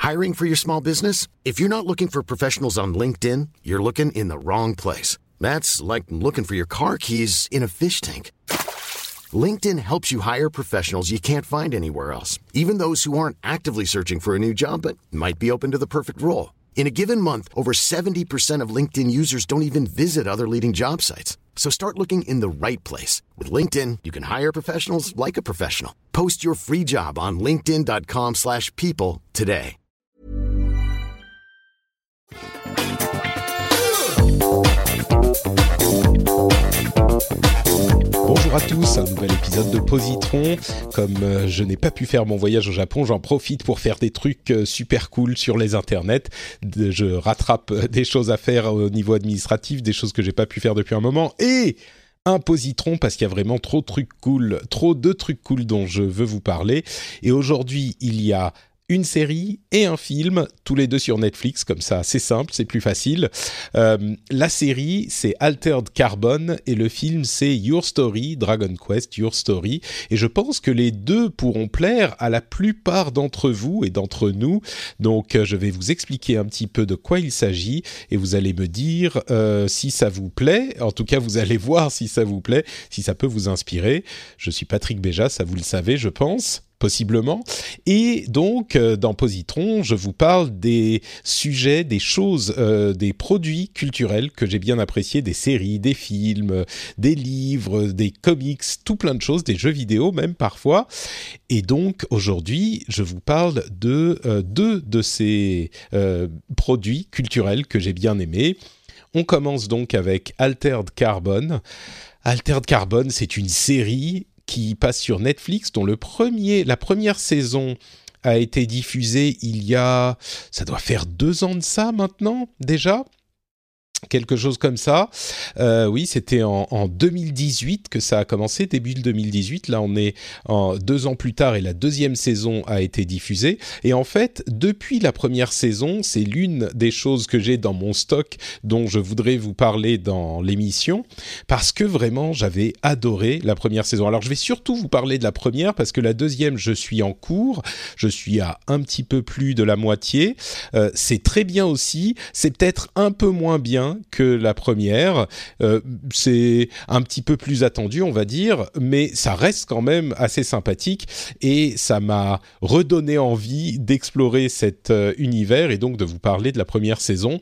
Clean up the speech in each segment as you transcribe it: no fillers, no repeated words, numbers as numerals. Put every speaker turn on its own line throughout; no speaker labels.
Hiring for your small business? If you're not looking for professionals on LinkedIn, you're looking in the wrong place. That's like looking for your car keys in a fish tank. LinkedIn helps you hire professionals you can't find anywhere else, even those who aren't actively searching for a new job but might be open to the perfect role. In a given month, over 70% of LinkedIn users don't even visit other leading job sites. So start looking in the right place. With LinkedIn, you can hire professionals like a professional. Post your free job on linkedin.com/people today.
Bonjour à tous, un nouvel épisode de Positron. Comme je n'ai pas pu faire mon voyage au Japon, j'en profite pour faire des trucs super cool sur les internets. Je rattrape des choses à faire au niveau administratif, des choses que j'ai pas pu faire depuis un moment, et un positron parce qu'il y a vraiment trop de trucs cool dont je veux vous parler. Et aujourd'hui, il y a une série et un film, tous les deux sur Netflix, comme ça, c'est simple, c'est plus facile. La série, c'est Altered Carbon, et le film, c'est Your Story, Dragon Quest, Your Story. Et je pense que les deux pourront plaire à la plupart d'entre vous et d'entre nous. Donc, je vais vous expliquer un petit peu de quoi il s'agit, et vous allez me dire si ça vous plaît. En tout cas, vous allez voir si ça vous plaît, si ça peut vous inspirer. Je suis Patrick Béja, ça vous le savez, je pense. Possiblement. Et donc, dans Positron, je vous parle des sujets, des choses, des produits culturels que j'ai bien appréciés, des séries, des films, des livres, des comics, tout plein de choses, des jeux vidéo même parfois. Et donc, aujourd'hui, je vous parle de deux de ces produits culturels que j'ai bien aimés. On commence donc avec Altered Carbon. Altered Carbon, c'est une série qui passe sur Netflix, dont la première saison a été diffusée ça doit faire 2 ans de ça maintenant, déjà. Quelque chose comme ça. Oui, c'était en 2018 que ça a commencé, début 2018. Là, on est 2 ans plus tard et la deuxième saison a été diffusée. Et en fait, depuis la première saison, c'est l'une des choses que j'ai dans mon stock dont je voudrais vous parler dans l'émission, parce que vraiment, j'avais adoré la première saison. Alors, je vais surtout vous parler de la première, parce que la deuxième, je suis en cours. Je suis à un petit peu plus de la moitié. C'est très bien aussi. C'est peut-être un peu moins bien que la première, c'est un petit peu plus attendu, on va dire, mais ça reste quand même assez sympathique, et ça m'a redonné envie d'explorer cet univers, et donc de vous parler de la première saison.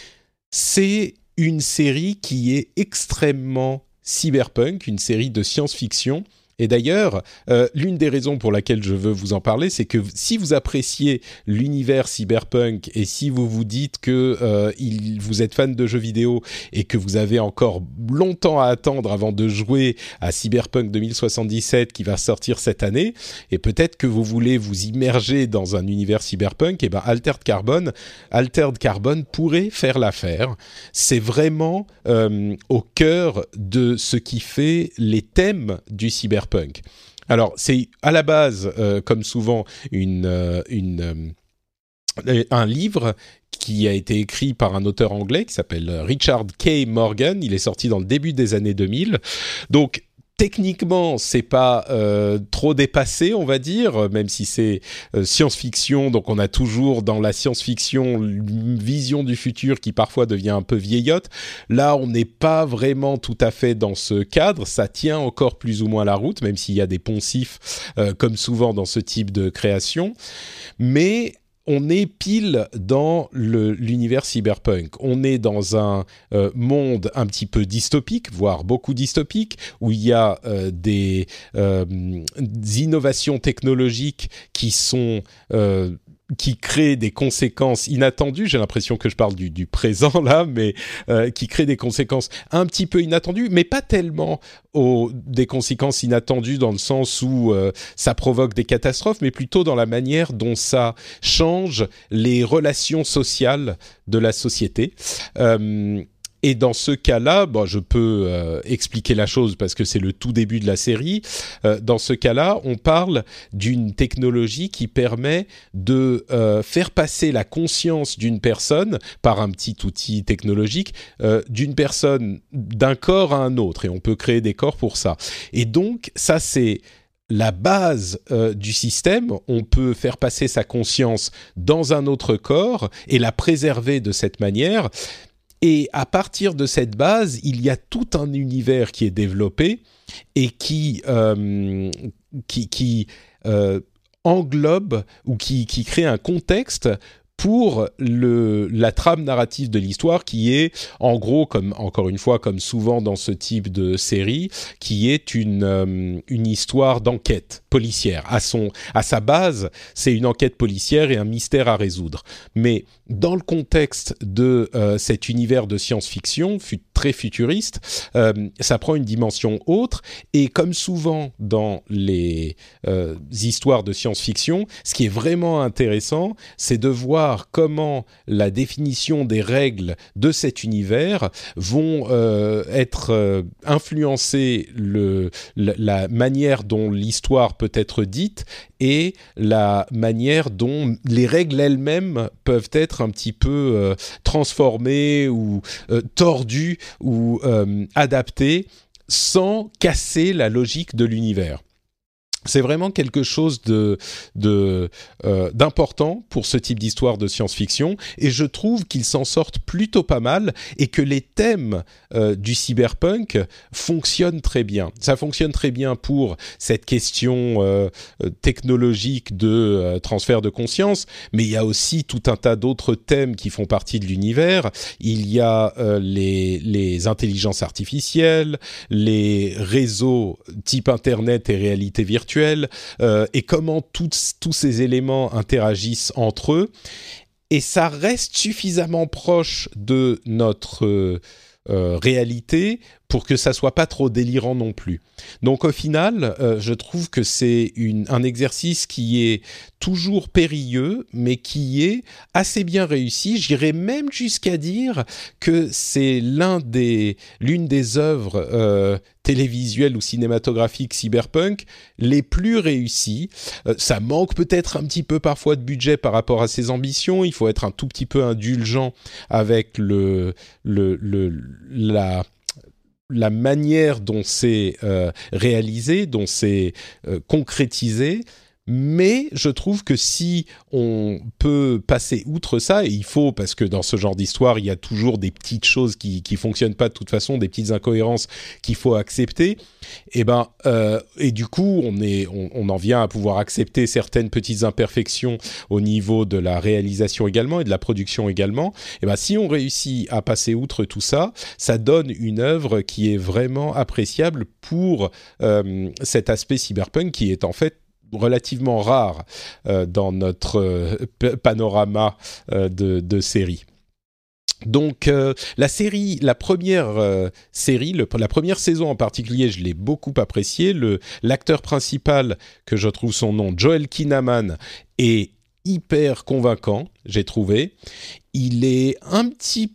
C'est une série qui est extrêmement cyberpunk, une série de science-fiction. Et d'ailleurs, l'une des raisons pour laquelle je veux vous en parler, c'est que si vous appréciez l'univers cyberpunk, et si vous vous dites que vous êtes fan de jeux vidéo et que vous avez encore longtemps à attendre avant de jouer à Cyberpunk 2077 qui va sortir cette année, et peut-être que vous voulez vous immerger dans un univers cyberpunk, et ben Altered Carbon pourrait faire l'affaire. C'est vraiment au cœur de ce qui fait les thèmes du cyberpunk. Alors, c'est à la base, comme souvent, un livre qui a été écrit par un auteur anglais qui s'appelle Richard K. Morgan. Il est sorti dans le début des années 2000. Donc, techniquement, c'est pas trop dépassé, on va dire, même si c'est science-fiction. Donc, on a toujours dans la science-fiction une vision du futur qui parfois devient un peu vieillotte. Là, on n'est pas vraiment tout à fait dans ce cadre. Ça tient encore plus ou moins la route, même s'il y a des poncifs, comme souvent dans ce type de création. Mais on est pile dans l'univers cyberpunk. On est dans un monde un petit peu dystopique, voire beaucoup dystopique, où il y a des innovations technologiques qui créent des conséquences inattendues. J'ai l'impression que je parle du présent là, mais qui créent des conséquences un petit peu inattendues, mais pas tellement des conséquences inattendues dans le sens où ça provoque des catastrophes, mais plutôt dans la manière dont ça change les relations sociales de la société. Et dans ce cas-là, je peux expliquer la chose parce que c'est le tout début de la série. Dans ce cas-là, on parle d'une technologie qui permet de faire passer la conscience d'une personne par un petit outil technologique, d'une personne d'un corps à un autre. Et on peut créer des corps pour ça. Et donc, ça, c'est la base du système, on peut faire passer sa conscience dans un autre corps et la préserver de cette manière. Et à partir de cette base, il y a tout un univers qui est développé et qui englobe ou qui crée un contexte pour la trame narrative de l'histoire qui est, en gros, encore une fois, comme souvent dans ce type de série, qui est une histoire d'enquête policière. À sa base, c'est une enquête policière et un mystère à résoudre. Mais dans le contexte de cet univers de science-fiction, très futuriste, ça prend une dimension autre. Et comme souvent dans les histoires de science-fiction, ce qui est vraiment intéressant, c'est de voir comment la définition des règles de cet univers vont influencer la manière dont l'histoire peut être dite et la manière dont les règles elles-mêmes peuvent être un petit peu transformées ou tordues ou adaptées sans casser la logique de l'univers. C'est vraiment quelque chose d'important pour ce type d'histoire de science-fiction et je trouve qu'ils s'en sortent plutôt pas mal et que les thèmes du cyberpunk fonctionnent très bien. Ça fonctionne très bien pour cette question technologique de transfert de conscience, mais il y a aussi tout un tas d'autres thèmes qui font partie de l'univers. Il y a les intelligences artificielles, les réseaux type Internet et réalité virtuelle, et comment tous ces éléments interagissent entre eux. Et ça reste suffisamment proche de notre réalité pour que ça soit pas trop délirant non plus. Donc au final, je trouve que c'est un exercice qui est toujours périlleux, mais qui est assez bien réussi. J'irais même jusqu'à dire que c'est l'une des œuvres télévisuelles ou cinématographiques cyberpunk les plus réussies. Ça manque peut-être un petit peu parfois de budget par rapport à ses ambitions. Il faut être un tout petit peu indulgent avec la manière dont c'est réalisé, dont c'est concrétisé. Mais je trouve que si on peut passer outre ça, et il faut, parce que dans ce genre d'histoire, il y a toujours des petites choses qui fonctionnent pas de toute façon, des petites incohérences qu'il faut accepter. Et du coup, on en vient à pouvoir accepter certaines petites imperfections au niveau de la réalisation également et de la production également. Et si on réussit à passer outre tout ça, ça donne une œuvre qui est vraiment appréciable pour cet aspect cyberpunk qui est en fait relativement rare dans notre panorama de séries. Donc la première série, la première saison en particulier, je l'ai beaucoup appréciée. L'acteur principal, que je trouve son nom, Joel Kinnaman, est hyper convaincant, j'ai trouvé. Il est un petit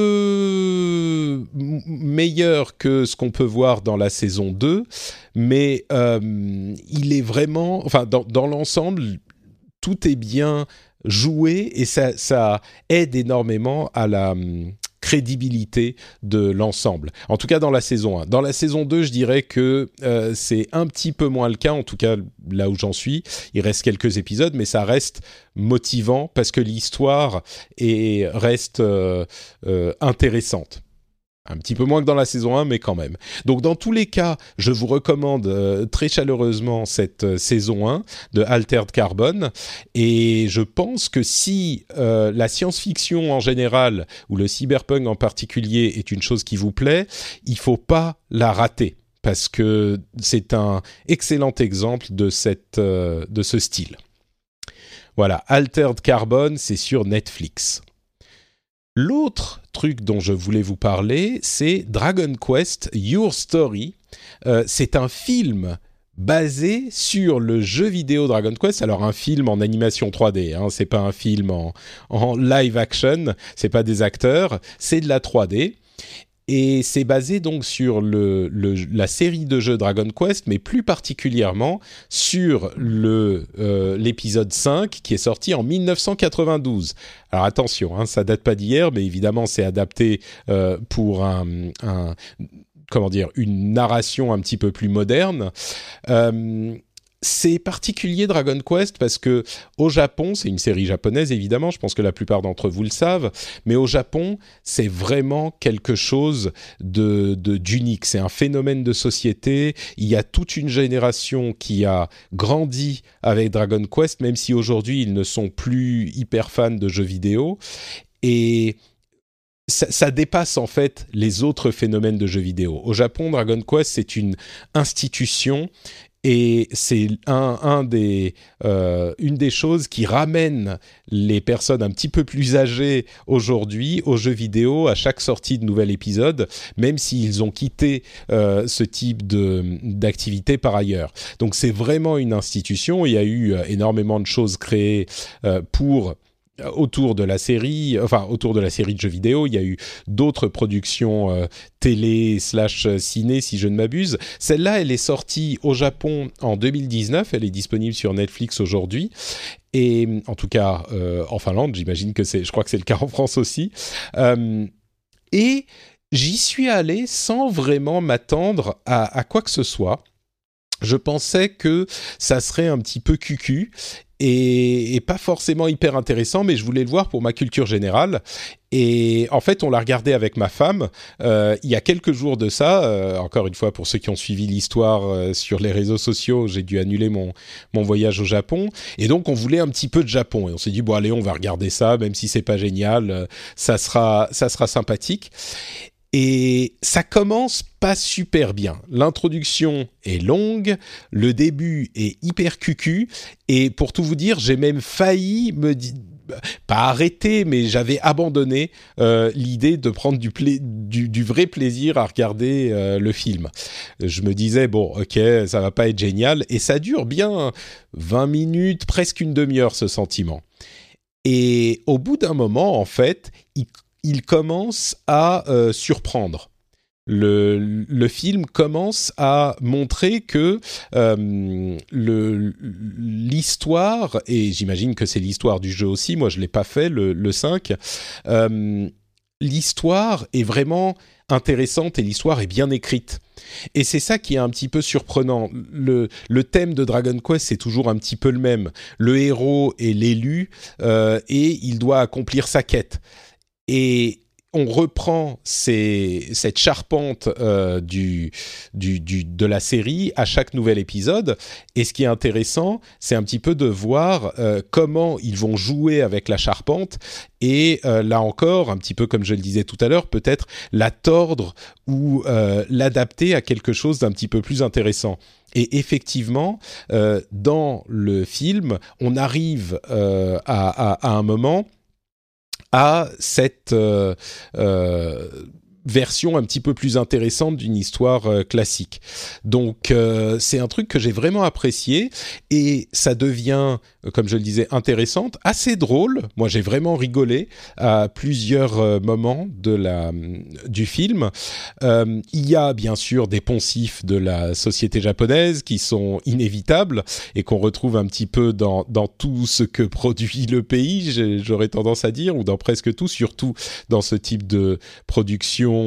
peu meilleur que ce qu'on peut voir dans la saison 2, mais il est vraiment... Enfin, dans l'ensemble, tout est bien joué et ça aide énormément à la crédibilité de l'ensemble. En tout cas, dans la saison 1. Dans la saison 2, je dirais que c'est un petit peu moins le cas, en tout cas là où j'en suis. Il reste quelques épisodes, mais ça reste motivant parce que l'histoire reste intéressante. Un petit peu moins que dans la saison 1, mais quand même. Donc, dans tous les cas, je vous recommande très chaleureusement cette saison 1 de Altered Carbon. Et je pense que si la science-fiction en général, ou le cyberpunk en particulier, est une chose qui vous plaît, il ne faut pas la rater. Parce que c'est un excellent exemple de ce style. Voilà, Altered Carbon, c'est sur Netflix. L'autre truc dont je voulais vous parler, c'est Dragon Quest Your Story. C'est un film basé sur le jeu vidéo Dragon Quest. Alors un film en animation 3D, hein, c'est pas un film en live action, c'est pas des acteurs, c'est de la 3D. Et c'est basé donc sur la série de jeux Dragon Quest, mais plus particulièrement sur l'épisode 5 qui est sorti en 1992. Alors attention, hein, ça date pas d'hier, mais évidemment c'est adapté pour une narration un petit peu plus moderne. c'est particulier Dragon Quest parce que au Japon, c'est une série japonaise évidemment, je pense que la plupart d'entre vous le savent, mais au Japon, c'est vraiment quelque chose d'unique, c'est un phénomène de société, il y a toute une génération qui a grandi avec Dragon Quest, même si aujourd'hui ils ne sont plus hyper fans de jeux vidéo, et ça dépasse en fait les autres phénomènes de jeux vidéo. Au Japon, Dragon Quest, c'est une institution. Et c'est une des choses qui ramène les personnes un petit peu plus âgées aujourd'hui aux jeux vidéo à chaque sortie de nouvel épisode, même s'ils ont quitté ce type d'activité par ailleurs. Donc c'est vraiment une institution. Il y a eu énormément de choses créées autour de la série de jeux vidéo. Il y a eu d'autres productions télé / ciné, si je ne m'abuse. Celle-là, elle est sortie au Japon en 2019. Elle est disponible sur Netflix aujourd'hui. Et en tout cas, en Finlande, j'imagine je crois que c'est le cas en France aussi. Et j'y suis allé sans vraiment m'attendre à quoi que ce soit. Je pensais que ça serait un petit peu cucu et pas forcément hyper intéressant, mais je voulais le voir pour ma culture générale. Et en fait, on l'a regardé avec ma femme il y a quelques jours de ça. Encore une fois, pour ceux qui ont suivi l'histoire sur les réseaux sociaux, j'ai dû annuler mon voyage au Japon. Et donc, on voulait un petit peu de Japon. Et on s'est dit, bon, allez, on va regarder ça, même si c'est pas génial, ça sera sympathique. Et ça commence pas super bien. L'introduction est longue, le début est hyper cucu, et pour tout vous dire, j'ai même failli pas arrêter, mais j'avais abandonné l'idée de prendre du vrai plaisir à regarder le film. Je me disais, bon, ok, ça va pas être génial, et ça dure bien 20 minutes, presque une demi-heure, ce sentiment. Et au bout d'un moment, en fait, il commence à surprendre. Le film commence à montrer que l'histoire, et j'imagine que c'est l'histoire du jeu aussi, moi je ne l'ai pas fait, le 5, l'histoire est vraiment intéressante et l'histoire est bien écrite. Et c'est ça qui est un petit peu surprenant. Le thème de Dragon Quest, c'est toujours un petit peu le même. Le héros est l'élu et il doit accomplir sa quête. Et on reprend cette charpente de la série à chaque nouvel épisode. Et ce qui est intéressant, c'est un petit peu de voir comment ils vont jouer avec la charpente. Et là encore, un petit peu comme je le disais tout à l'heure, peut-être la tordre ou l'adapter à quelque chose d'un petit peu plus intéressant. Et effectivement, dans le film, on arrive à un moment à cette version un petit peu plus intéressante d'une histoire classique. Donc c'est un truc que j'ai vraiment apprécié et ça devient, comme je le disais, intéressante, assez drôle. Moi j'ai vraiment rigolé à plusieurs moments du film. Il y a bien sûr des poncifs de la société japonaise qui sont inévitables et qu'on retrouve un petit peu dans tout ce que produit le pays, j'aurais tendance à dire, ou dans presque tout, surtout dans ce type de production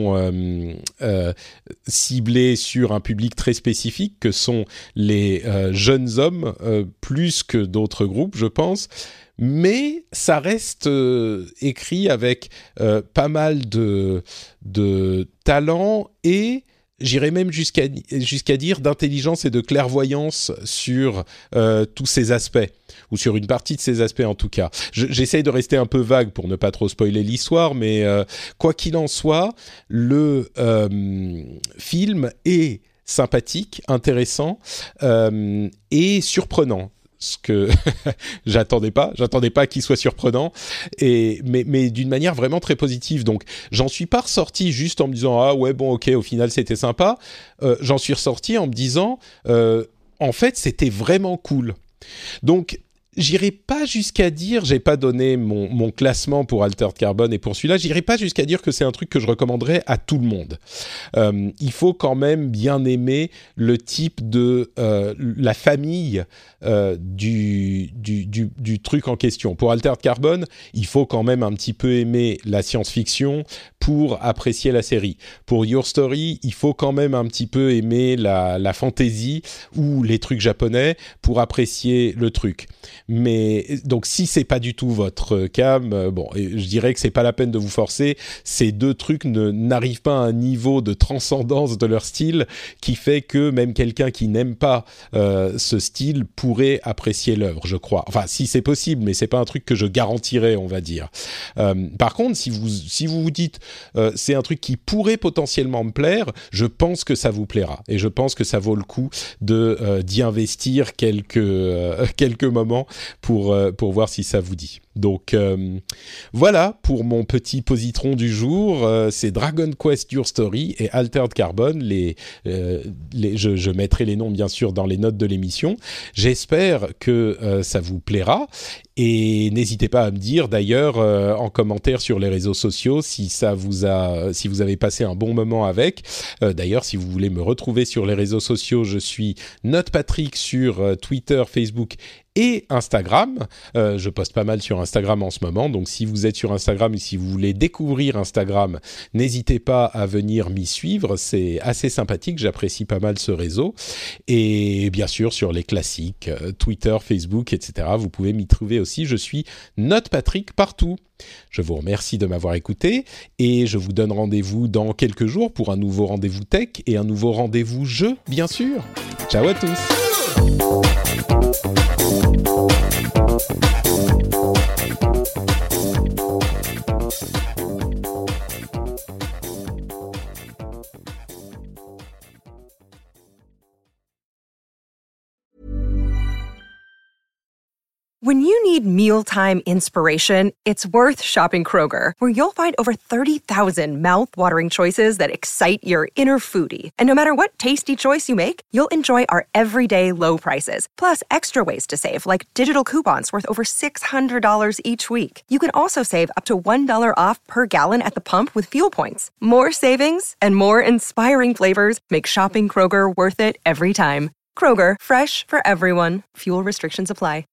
ciblé sur un public très spécifique que sont les jeunes hommes plus que d'autres groupes, je pense. Mais ça reste écrit avec pas mal de talent et j'irais même jusqu'à dire d'intelligence et de clairvoyance sur tous ces aspects, ou sur une partie de ces aspects en tout cas. J'essaye de rester un peu vague pour ne pas trop spoiler l'histoire, mais quoi qu'il en soit, le film est sympathique, intéressant et surprenant. Ce que j'attendais pas qu'il soit surprenant mais d'une manière vraiment très positive. Donc j'en suis pas ressorti juste en me disant ah ouais bon ok au final c'était sympa, j'en suis ressorti en me disant en fait c'était vraiment cool. Donc J'irai pas jusqu'à dire, j'ai pas donné mon classement pour Altered Carbon et pour celui-là, j'irai pas jusqu'à dire que c'est un truc que je recommanderais à tout le monde. Il faut quand même bien aimer le type de la famille du truc en question. Pour Altered Carbon, il faut quand même un petit peu aimer la science-fiction pour apprécier la série. Pour Your Story, il faut quand même un petit peu aimer la fantasy ou les trucs japonais pour apprécier le truc. Mais donc si c'est pas du tout votre cam, bon, je dirais que c'est pas la peine de vous forcer. Ces deux trucs n'arrivent pas à un niveau de transcendance de leur style qui fait que même quelqu'un qui n'aime pas ce style pourrait apprécier l'œuvre, je crois. Enfin, si c'est possible, mais c'est pas un truc que je garantirais, on va dire. Par contre, si vous vous dites c'est un truc qui pourrait potentiellement me plaire, je pense que ça vous plaira et je pense que ça vaut le coup d'y investir quelques moments pour voir si ça vous dit. Donc voilà pour mon petit positron du jour. C'est Dragon Quest Your Story et Altered Carbon. Je mettrai les noms bien sûr dans les notes de l'émission. J'espère que ça vous plaira. Et n'hésitez pas à me dire d'ailleurs en commentaire sur les réseaux sociaux si vous avez passé un bon moment avec. D'ailleurs, si vous voulez me retrouver sur les réseaux sociaux, je suis NotePatrick sur Twitter, Facebook et Instagram. Je poste pas mal sur Instagram en ce moment, donc si vous êtes sur Instagram et si vous voulez découvrir Instagram, n'hésitez pas à venir m'y suivre, c'est assez sympathique, j'apprécie pas mal ce réseau. Et bien sûr sur les classiques, Twitter, Facebook, etc. Vous pouvez m'y trouver aussi, je suis NotePatrick partout. Je vous remercie de m'avoir écouté et je vous donne rendez-vous dans quelques jours pour un nouveau rendez-vous tech et un nouveau rendez-vous jeu, bien sûr. Ciao à tous.
When you need mealtime inspiration, it's worth shopping Kroger, where you'll find over 30,000 mouth-watering choices that excite your inner foodie. And no matter what tasty choice you make, you'll enjoy our everyday low prices, plus extra ways to save, like digital coupons worth over $600 each week. You can also save up to $1 off per gallon at the pump with fuel points. More savings and more inspiring flavors make shopping Kroger worth it every time. Kroger, fresh for everyone. Fuel restrictions apply.